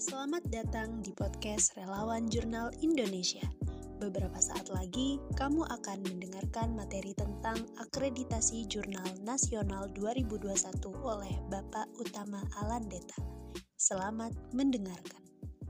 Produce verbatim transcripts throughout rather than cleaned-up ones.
Selamat datang di podcast Relawan Jurnal Indonesia. Beberapa saat lagi, kamu akan mendengarkan materi tentang akreditasi Jurnal Nasional dua ribu dua puluh satu oleh Bapak Utama Alandeta. Selamat mendengarkan.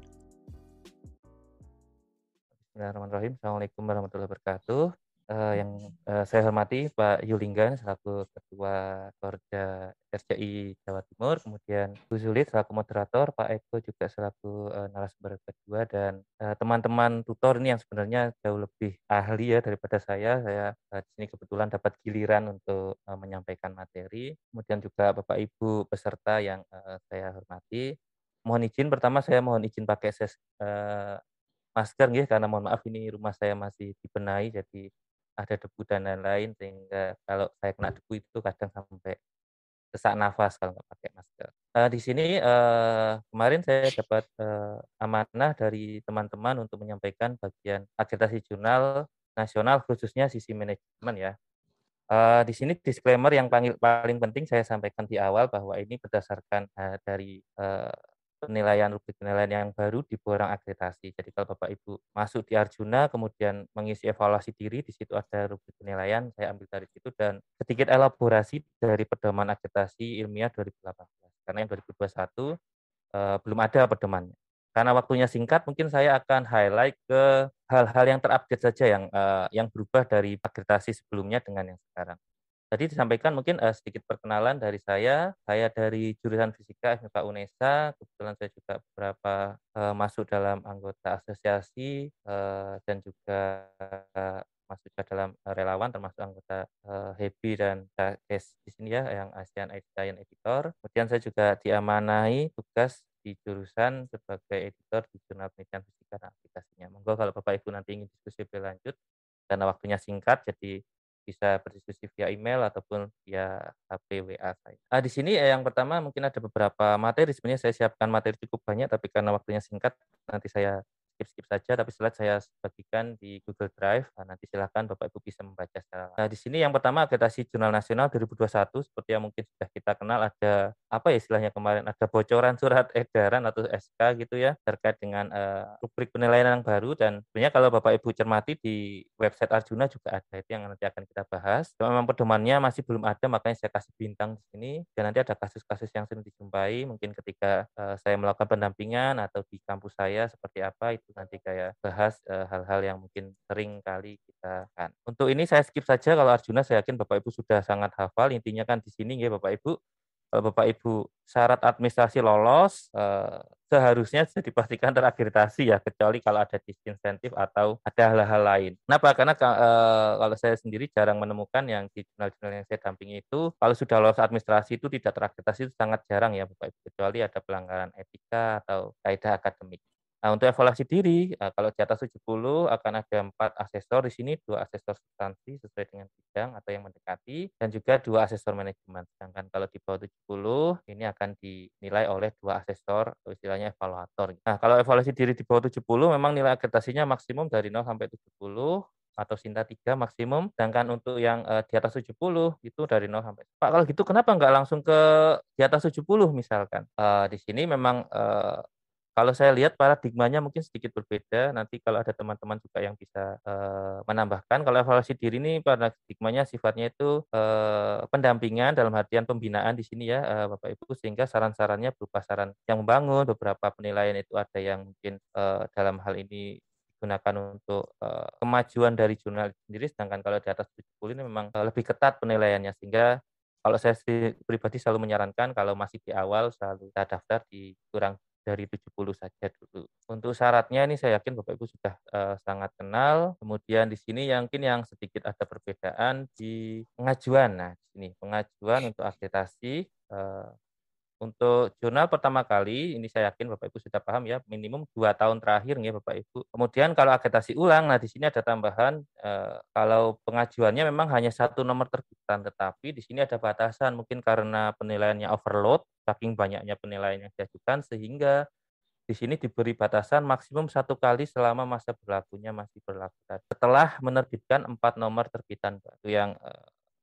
Bismillahirrahmanirrahim. Assalamualaikum warahmatullahi wabarakatuh. Uh, yang uh, saya hormati Pak Yulinggan selaku Ketua Korda R J I Jawa Timur, kemudian Bu Zulit selaku moderator, Pak Eko juga selaku uh, narasumber kedua, dan uh, teman-teman tutor ini yang sebenarnya jauh lebih ahli ya daripada saya. Saya uh, di sini kebetulan dapat giliran untuk uh, menyampaikan materi. Kemudian juga Bapak Ibu peserta yang uh, saya hormati. Mohon izin, pertama saya mohon izin pakai ses, uh, masker nggih, karena mohon maaf ini rumah saya masih dibenahi, jadi ada debu dan lain-lain, sehingga kalau saya kena debu itu kadang sampai sesak nafas kalau nggak pakai masker. Eee, di sini, eee, kemarin saya dapat, eee, amanah dari teman-teman untuk menyampaikan bagian akreditasi jurnal nasional khususnya sisi manajemen ya. Eee, di sini disclaimer yang pangil paling penting saya sampaikan di awal bahwa ini berdasarkan, eee, dari, eee, penilaian rubrik penilaian yang baru di borang akreditasi. Jadi kalau Bapak Ibu masuk di Arjuna kemudian mengisi evaluasi diri, di situ ada rubrik penilaian, saya ambil dari situ, dan sedikit elaborasi dari pedoman akreditasi ilmiah dua ribu delapan belas. Karena yang dua ribu dua puluh satu, eee, belum ada pedomannya. Karena waktunya singkat, mungkin saya akan highlight ke hal-hal yang terupdate saja yang, eee, yang berubah dari akreditasi sebelumnya dengan yang sekarang. Tadi disampaikan mungkin, eee, sedikit perkenalan dari saya. Saya dari jurusan Fisika F M I K UNESA, kebetulan saya juga beberapa, eee, masuk dalam anggota asosiasi, eee, dan juga eh, masuk ke dalam, eee, relawan termasuk anggota, eee, HEBI dan CAKES di sini ya, yang ASEAN Science Editor. Kemudian saya juga diamanahi tugas di jurusan sebagai editor di Jurnal Penelitian Fisika dan Aplikasinya. Monggo kalau Bapak Ibu nanti ingin diskusi lebih lanjut, karena waktunya singkat, jadi bisa berdiskusi via email ataupun via H P, W A saya. Ah, di sini, eee, yang pertama mungkin ada beberapa materi, sebenarnya saya siapkan materi cukup banyak, tapi karena waktunya singkat, nanti saya skip-skip saja, tapi slide saya bagikan di Google Drive. Nah, nanti silakan Bapak Ibu bisa membaca secara nah, di sini yang pertama akreditasi Jurnal Nasional dua ribu dua puluh satu, seperti yang mungkin sudah kita kenal, ada apa ya istilahnya kemarin, ada bocoran surat edaran atau S K gitu ya, terkait dengan, eee, rubrik penilaian yang baru, dan sebenarnya kalau Bapak Ibu cermati di website Arjuna juga ada, itu yang nanti akan kita bahas. Cuma memang pedomannya masih belum ada, makanya saya kasih bintang di sini, dan nanti ada kasus-kasus yang sering dijumpai mungkin ketika, eee, saya melakukan pendampingan atau di kampus saya seperti apa, itu nanti kayak bahas, eee, hal-hal yang mungkin sering kali kita kan. Untuk ini saya skip saja, kalau Arjuna saya yakin Bapak Ibu sudah sangat hafal, intinya kan di sini ya Bapak Ibu, kalau Bapak Ibu syarat administrasi lolos, eee, seharusnya sudah dipastikan terakreditasi ya, kecuali kalau ada disinsentif atau ada hal-hal lain. Kenapa? Karena ka eee, kalau saya sendiri jarang menemukan yang di jurnal-jurnal yang saya dampingi itu, kalau sudah lolos administrasi itu tidak terakreditasi, itu sangat jarang ya Bapak Ibu, kecuali ada pelanggaran etika atau kaidah akademik. Nah, untuk evaluasi diri, eee, kalau di atas tujuh puluh akan ada empat asesor di sini, dua asesor substansi sesuai dengan bidang atau yang mendekati, dan juga dua asesor manajemen. Sedangkan kalau di bawah tujuh puluh ini akan dinilai oleh dua asesor atau istilahnya evaluator. Nah, kalau evaluasi diri di bawah tujuh puluh memang nilai akreditasinya maksimum dari nol sampai tujuh puluh atau Sinta tiga maksimum, sedangkan untuk yang, eee, di atas tujuh puluh itu dari nol sampai Pak, kalau gitu kenapa nggak langsung ke di atas tujuh puluh misalkan? Eee, di sini memang, eee kalau saya lihat paradigmanya mungkin sedikit berbeda, nanti kalau ada teman-teman juga yang bisa, eee, menambahkan. Kalau evaluasi diri ini paradigmanya sifatnya itu, eee, pendampingan dalam artian pembinaan di sini ya, eee, Bapak Ibu, sehingga saran-sarannya berupa saran yang membangun, beberapa penilaian itu ada yang mungkin, eee, dalam hal ini digunakan untuk, eee, kemajuan dari jurnal itu sendiri, sedangkan kalau di atas tujuh puluh ini memang, eee, lebih ketat penilaiannya, sehingga kalau saya sendiri pribadi selalu menyarankan kalau masih di awal selalu kita daftar di kurang dari tujuh puluh saja dulu. Untuk syaratnya ini saya yakin Bapak Ibu sudah, eee, sangat kenal. Kemudian di sini yang mungkin yang sedikit ada perbedaan di pengajuan. Nah, di sini pengajuan untuk akreditasi, eee, untuk jurnal pertama kali, ini saya yakin Bapak Ibu sudah paham ya, minimum dua tahun terakhir ya Bapak Ibu. Kemudian kalau akreditasi ulang, nah di sini ada tambahan, eee, kalau pengajuannya memang hanya satu nomor terbitan, tetapi di sini ada batasan, mungkin karena penilaiannya overload, saking banyaknya penilaian yang diajukan, sehingga di sini diberi batasan maksimum satu kali selama masa berlakunya masih berlaku. Setelah menerbitkan empat nomor terbitan baru yang,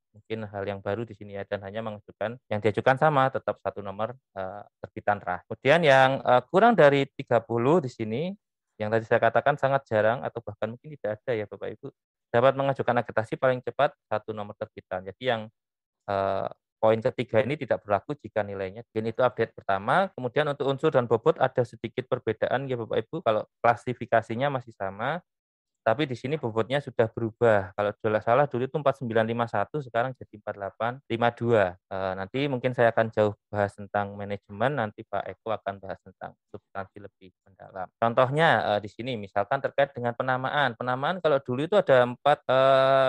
mungkin hal yang baru di sini ya, dan hanya mengajukan yang diajukan sama tetap satu nomor uh, terbitan R A H. Kemudian yang uh, kurang dari tiga puluh di sini, yang tadi saya katakan sangat jarang atau bahkan mungkin tidak ada ya Bapak Ibu, dapat mengajukan akreditasi paling cepat satu nomor terbitan. Jadi yang uh, poin ketiga ini tidak berlaku jika nilainya. Ini itu update pertama. Kemudian untuk unsur dan bobot ada sedikit perbedaan ya Bapak Ibu. Kalau klasifikasinya masih sama, tapi di sini bobotnya sudah berubah. Kalau tidak salah dulu itu empat sembilan lima satu, sekarang jadi empat delapan lima dua. E, nanti mungkin saya akan jauh bahas tentang manajemen, nanti Pak Eko akan bahas tentang substansi lebih mendalam. Contohnya e, di sini misalkan terkait dengan penamaan. Penamaan kalau dulu itu ada empat e,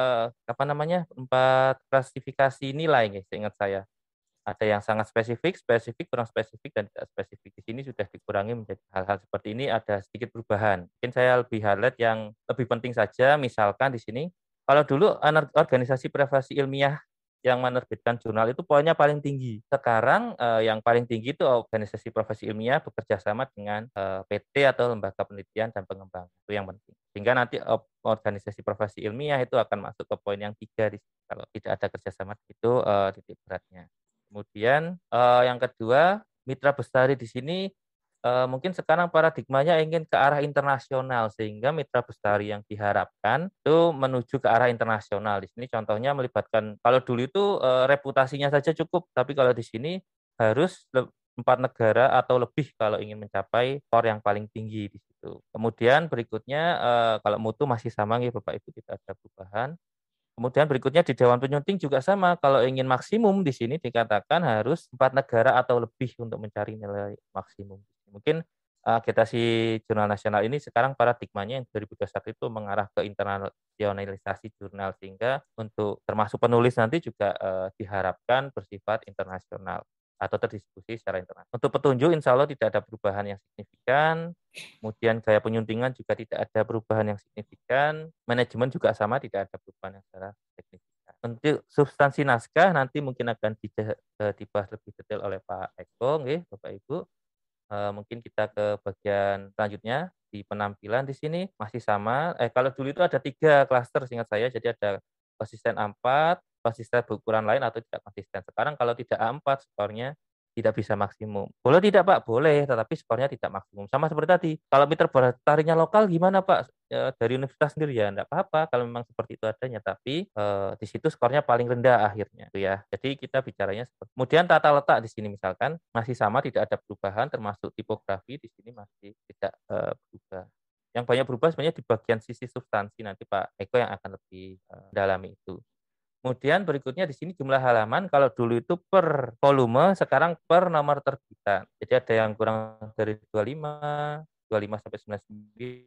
apa namanya? empat klasifikasi nilai, guys, seingat saya. Ada yang sangat spesifik, spesifik, kurang spesifik, dan tidak spesifik. Di sini sudah dikurangi menjadi hal-hal seperti ini, ada sedikit perubahan. Mungkin saya lebih highlight yang lebih penting saja, misalkan di sini, kalau dulu organisasi privasi ilmiah yang menerbitkan jurnal itu poinnya paling tinggi. Sekarang eh, yang paling tinggi itu organisasi profesi ilmiah bekerja sama dengan eh, P T atau lembaga penelitian dan pengembangan. Itu yang penting. Sehingga nanti eh, organisasi profesi ilmiah itu akan masuk ke poin yang tiga. Kalau tidak ada kerjasama itu eh, titik beratnya. Kemudian uh, yang kedua, mitra bestari di sini uh, mungkin sekarang paradigmanya ingin ke arah internasional, sehingga mitra bestari yang diharapkan itu menuju ke arah internasional. Di sini contohnya melibatkan, kalau dulu itu uh, reputasinya saja cukup, tapi kalau di sini harus empat negara atau lebih kalau ingin mencapai skor yang paling tinggi di situ. Kemudian berikutnya uh, kalau mutu masih sama ya Bapak Ibu, tidak ada perubahan. Kemudian berikutnya di Dewan Penyunting juga sama. Kalau ingin maksimum di sini dikatakan harus empat negara atau lebih untuk mencari nilai maksimum. Mungkin uh, agitasi jurnal nasional ini sekarang paradigmanya yang dua ribu dua puluh satu itu mengarah ke internasionalisasi jurnal, sehingga untuk termasuk penulis nanti juga uh, diharapkan bersifat internasional atau terdiskusi secara internasional. Untuk petunjuk insya Allah tidak ada perubahan yang signifikan. Kemudian gaya penyuntingan juga tidak ada perubahan yang signifikan. Manajemen juga sama, tidak ada perubahan yang secara signifikan. Untuk substansi naskah nanti mungkin akan dibahas lebih detail oleh Pak Eko, okay, Bapak Ibu. E, mungkin kita ke bagian selanjutnya di penampilan di sini masih sama. Eh kalau dulu itu ada tiga klaster seingat saya, jadi ada konsisten A empat, konsisten berukuran lain atau tidak konsisten. Sekarang kalau tidak A empat skornya tidak bisa maksimum. Boleh tidak Pak? Boleh, tetapi skornya tidak maksimum. Sama seperti tadi, kalau mitra bestarinya lokal gimana Pak? E, dari universitas sendiri ya enggak apa-apa kalau memang seperti itu adanya, tapi e, di situ skornya paling rendah akhirnya, gitu ya. Jadi kita bicaranya seperti. Kemudian tata letak di sini misalkan masih sama, tidak ada perubahan, termasuk tipografi di sini masih tidak e, berubah. Yang banyak berubah sebenarnya di bagian sisi substansi, nanti Pak Eko yang akan lebih e, dalami itu. Kemudian berikutnya di sini jumlah halaman, kalau dulu itu per volume, sekarang per nomor terbitan. Jadi ada yang kurang dari dua puluh lima, dua puluh lima sampai sembilan puluh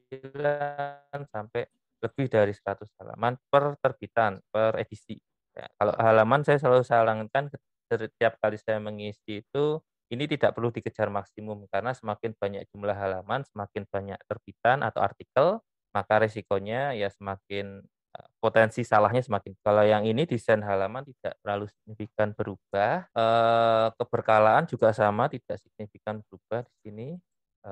sembilan sampai lebih dari seratus halaman per terbitan, per edisi. Ya, kalau halaman saya selalu sarankan setiap kali saya mengisi itu, ini tidak perlu dikejar maksimum, karena semakin banyak jumlah halaman, semakin banyak terbitan atau artikel, maka resikonya ya semakin potensi salahnya semakin. Kalau yang ini desain halaman tidak terlalu signifikan berubah, e, keberkalaan juga sama, tidak signifikan berubah di sini. E,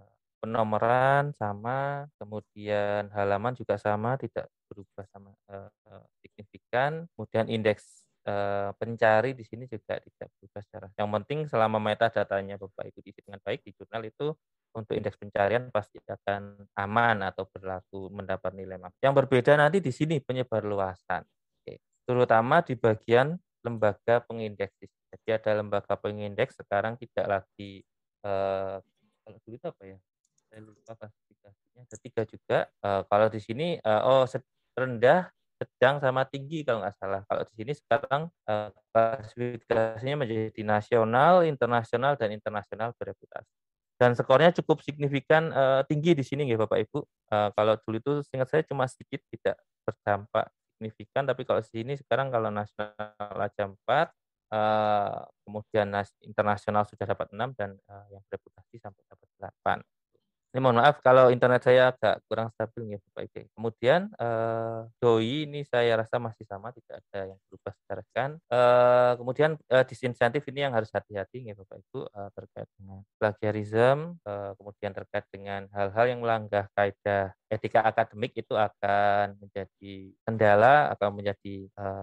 penomoran sama, kemudian halaman juga sama, tidak berubah sama e, signifikan. Kemudian indeks e, pencari di sini juga tidak berubah secara. Yang penting selama metadatanya Bapak Ibu diisi dengan baik di jurnal itu, untuk indeks pencarian pasti akan aman atau berlaku mendapat nilai maksimal. Yang berbeda nanti di sini penyebarluasan, oke, terutama di bagian lembaga pengindeks. Jadi ada lembaga pengindeks sekarang tidak lagi eh, kalau dulu itu apa ya? Saya lupa klasifikasinya. Ada tiga juga. Eh, kalau di sini eh, oh rendah, sedang sama tinggi kalau nggak salah. Kalau di sini sekarang eh, klasifikasinya menjadi nasional, internasional, dan internasional bereputasi. Dan skornya cukup signifikan uh, tinggi di sini ya Bapak Ibu. Uh, kalau dulu itu seingat saya cuma sedikit tidak berdampak signifikan, tapi kalau di sini sekarang kalau nasional aja empat, uh, kemudian internasional sudah dapat enam, dan uh, yang bereputasi sampai dapat delapan. Ini mohon maaf kalau internet saya agak kurang stabil ya Bapak Ibu. Kemudian eh, doi ini saya rasa masih sama, tidak ada yang berubah secara kan. Eh, kemudian eh, disinsentif ini yang harus hati-hati ya Bapak Ibu, eh, terkait dengan plagiarisme, eh, kemudian terkait dengan hal-hal yang melanggar kaidah etika akademik itu akan menjadi kendala, akan menjadi eh,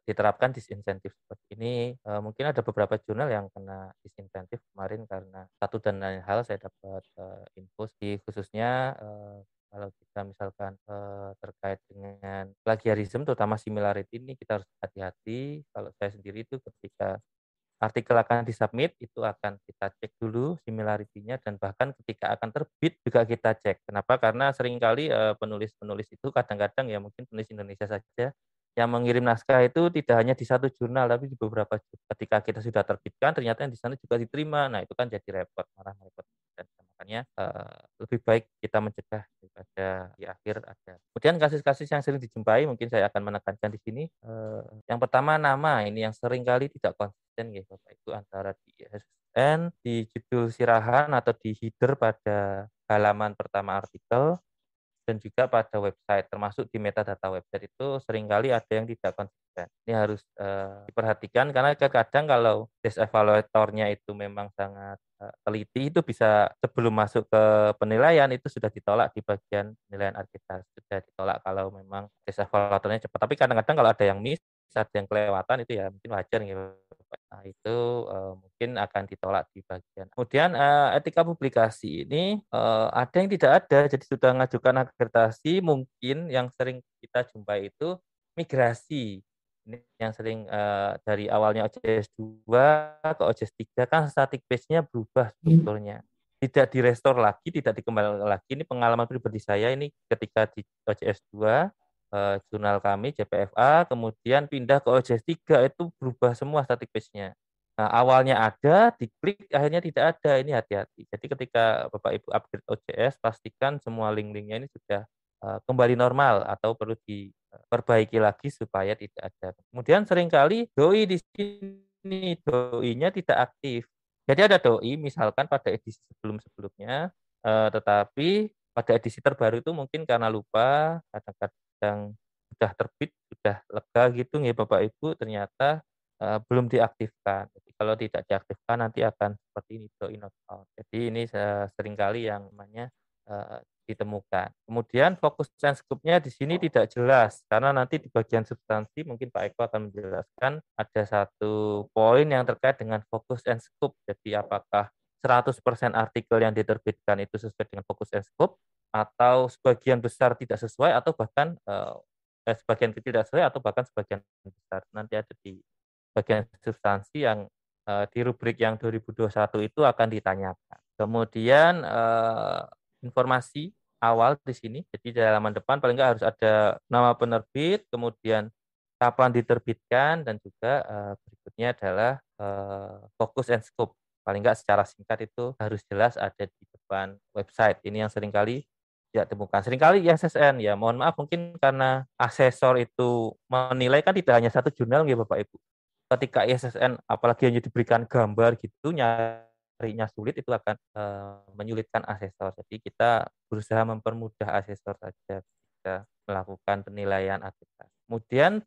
diterapkan disinsentif seperti ini. Uh, mungkin ada beberapa jurnal yang kena disinsentif kemarin karena satu dan lain hal saya dapat uh, info di khususnya uh, kalau kita misalkan uh, terkait dengan plagiarisme terutama similarity ini kita harus hati-hati. Kalau saya sendiri itu ketika artikel akan disubmit itu akan kita cek dulu similarity-nya dan bahkan ketika akan terbit juga kita cek. Kenapa? Karena seringkali uh, penulis-penulis itu kadang-kadang ya mungkin penulis Indonesia saja yang mengirim naskah itu tidak hanya di satu jurnal tapi di beberapa jurnal. Ketika kita sudah terbitkan ternyata yang di sana juga diterima. Nah, itu kan jadi repot, malah repot. Dan makanya uh, lebih baik kita mencegah daripada di akhir ada. Kemudian kasus-kasus yang sering dijumpai mungkin saya akan menekankan di sini. Uh, yang pertama nama ini yang seringkali tidak konsisten ya Bapak Ibu antara di S S N, di judul sirahan atau di header pada halaman pertama artikel dan juga pada website, termasuk di metadata website itu seringkali ada yang tidak konsisten. Ini harus uh, diperhatikan karena kadang kalau desk evaluatornya itu memang sangat uh, teliti, itu bisa sebelum masuk ke penilaian itu sudah ditolak di bagian penilaian akreditasi, sudah ditolak kalau memang desk evaluatornya cepat. Tapi kadang-kadang kalau ada yang miss, ada yang kelewatan itu ya mungkin wajar gitu. Nah, itu uh, mungkin akan ditolak di bagian. Kemudian uh, etika publikasi ini uh, ada yang tidak ada, jadi sudah mengajukan akreditasi mungkin yang sering kita jumpai itu migrasi. Ini yang sering uh, dari awalnya O J S dua ke O J S tiga kan static page-nya berubah strukturnya. Tidak direstore lagi, tidak dikembalikan lagi. Ini pengalaman pribadi saya ini ketika di O J S dua Uh, jurnal kami J P F A kemudian pindah ke O J S tiga itu berubah semua static page-nya. Nah, awalnya ada, diklik akhirnya tidak ada. Ini hati-hati. Jadi ketika Bapak Ibu upgrade O J S pastikan semua link-linknya ini sudah uh, kembali normal atau perlu diperbaiki lagi supaya tidak ada. Kemudian seringkali doi di sini doi-nya tidak aktif. Jadi ada doi misalkan pada edisi sebelum-sebelumnya uh, tetapi pada edisi terbaru itu mungkin karena lupa kadang-kadang yang sudah terbit, sudah lega gitu nih Bapak Ibu, ternyata uh, belum diaktifkan. Jadi kalau tidak diaktifkan nanti akan seperti ini, doi not found. Jadi ini uh, seringkali yang namanya uh, ditemukan. Kemudian fokus and scope-nya di sini tidak jelas, karena nanti di bagian substansi mungkin Pak Eko akan menjelaskan ada satu poin yang terkait dengan fokus and scope. Jadi apakah seratus persen artikel yang diterbitkan itu sesuai dengan fokus and scope, atau sebagian besar tidak sesuai atau bahkan eh, sebagian kecil tidak sesuai atau bahkan sebagian besar. Nanti ada di bagian substansi yang eh, di rubrik yang dua ribu dua puluh satu itu akan ditanyakan. Kemudian eh, informasi awal di sini, jadi di halaman depan paling nggak harus ada nama penerbit, kemudian kapan diterbitkan, dan juga eh, berikutnya adalah eh, fokus and scope. Paling nggak secara singkat itu harus jelas ada di depan website. Ini yang seringkali tidak temukan. Seringkali I S S N ya, mohon maaf mungkin karena asesor itu menilai kan tidak hanya satu jurnal ya Bapak Ibu. Ketika I S S N apalagi hanya diberikan gambar gitu, nyarinya sulit, itu akan uh, menyulitkan asesor. Jadi kita berusaha mempermudah asesor saja ketika melakukan penilaian akreditasi. Kemudian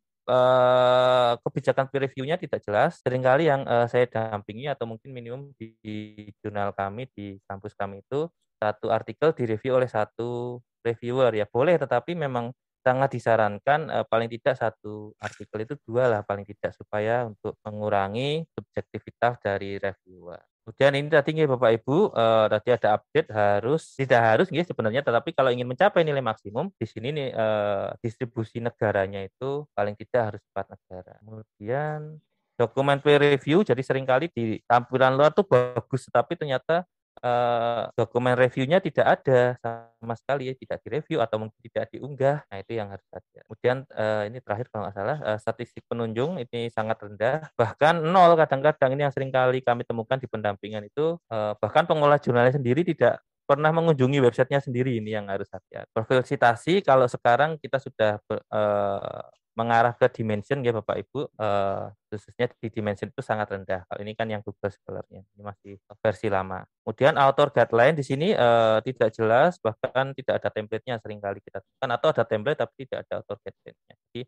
Uh, kebijakan peer review-nya tidak jelas. Seringkali yang uh, saya dampingi atau mungkin minimum di, di jurnal kami, di kampus kami itu satu artikel direview oleh satu reviewer. Ya boleh, tetapi memang sangat disarankan uh, paling tidak satu artikel itu dua lah paling tidak, supaya untuk mengurangi subjektivitas dari reviewer. Kemudian ini tadi nih Bapak Ibu, uh, tadi ada update harus, tidak harus nih sebenarnya, tetapi kalau ingin mencapai nilai maksimum, di sini nih uh, distribusi negaranya itu paling tidak harus empat negara. Kemudian dokumen peer review, jadi seringkali di tampilan luar tuh bagus, tapi ternyata uh, dokumen reviewnya tidak ada sama sekali, ya, tidak direview atau mungkin tidak diunggah. Nah itu yang harus ada. Kemudian uh, ini terakhir kalau nggak salah, uh, statistik penunjung ini sangat rendah, bahkan nol kadang-kadang. Ini yang seringkali kami temukan di pendampingan itu, uh, bahkan pengolah jurnalnya sendiri tidak pernah mengunjungi websitenya sendiri. Ini yang harus hati-hati. Profil citasi kalau sekarang kita sudah uh, mengarah ke dimension ya Bapak Ibu, uh, khususnya di dimension itu sangat rendah. Kalau ini kan yang Google Scholar-nya, ini masih versi lama. Kemudian author guideline di sini uh, tidak jelas, bahkan tidak ada template-nya seringkali kita temukan, atau ada template tapi tidak ada author guideline-nya. Jadi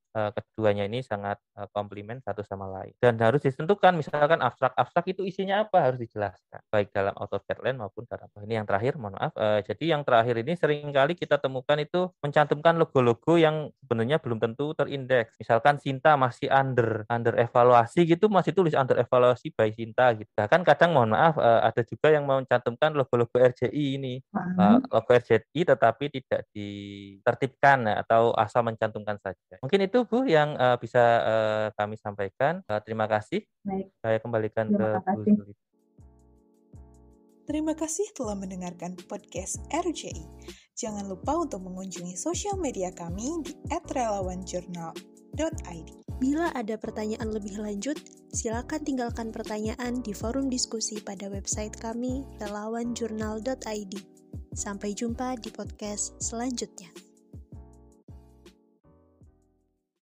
uh, keduanya ini sangat uh, komplimen satu sama lain. Dan harus ditentukan, misalkan abstrak-abstrak itu isinya apa harus dijelaskan, baik dalam AutoCAD Land maupun dalam ini yang terakhir, mohon maaf. Uh, jadi yang terakhir ini seringkali kita temukan itu mencantumkan logo-logo yang sebenarnya belum tentu terindeks. Misalkan Sinta masih under under evaluasi gitu, masih tulis under evaluasi by Sinta gitu. Bahkan kadang mohon maaf uh, ada juga yang mencantumkan logo-logo R J I ini, uh, logo R J I tetapi tidak ditertibkan uh, atau asal mencantumkan saja. Mungkin itu Bu yang uh, bisa uh, kami sampaikan. Uh, terima kasih. Baik. Saya kembalikan Terima ke Bu kasih. Zulit. Terima kasih telah mendengarkan podcast R J I. Jangan lupa untuk mengunjungi sosial media kami di et relawan jurnal dot i d. Bila ada pertanyaan lebih lanjut, silakan tinggalkan pertanyaan di forum diskusi pada website kami relawan jurnal dot i d. Sampai jumpa di podcast selanjutnya.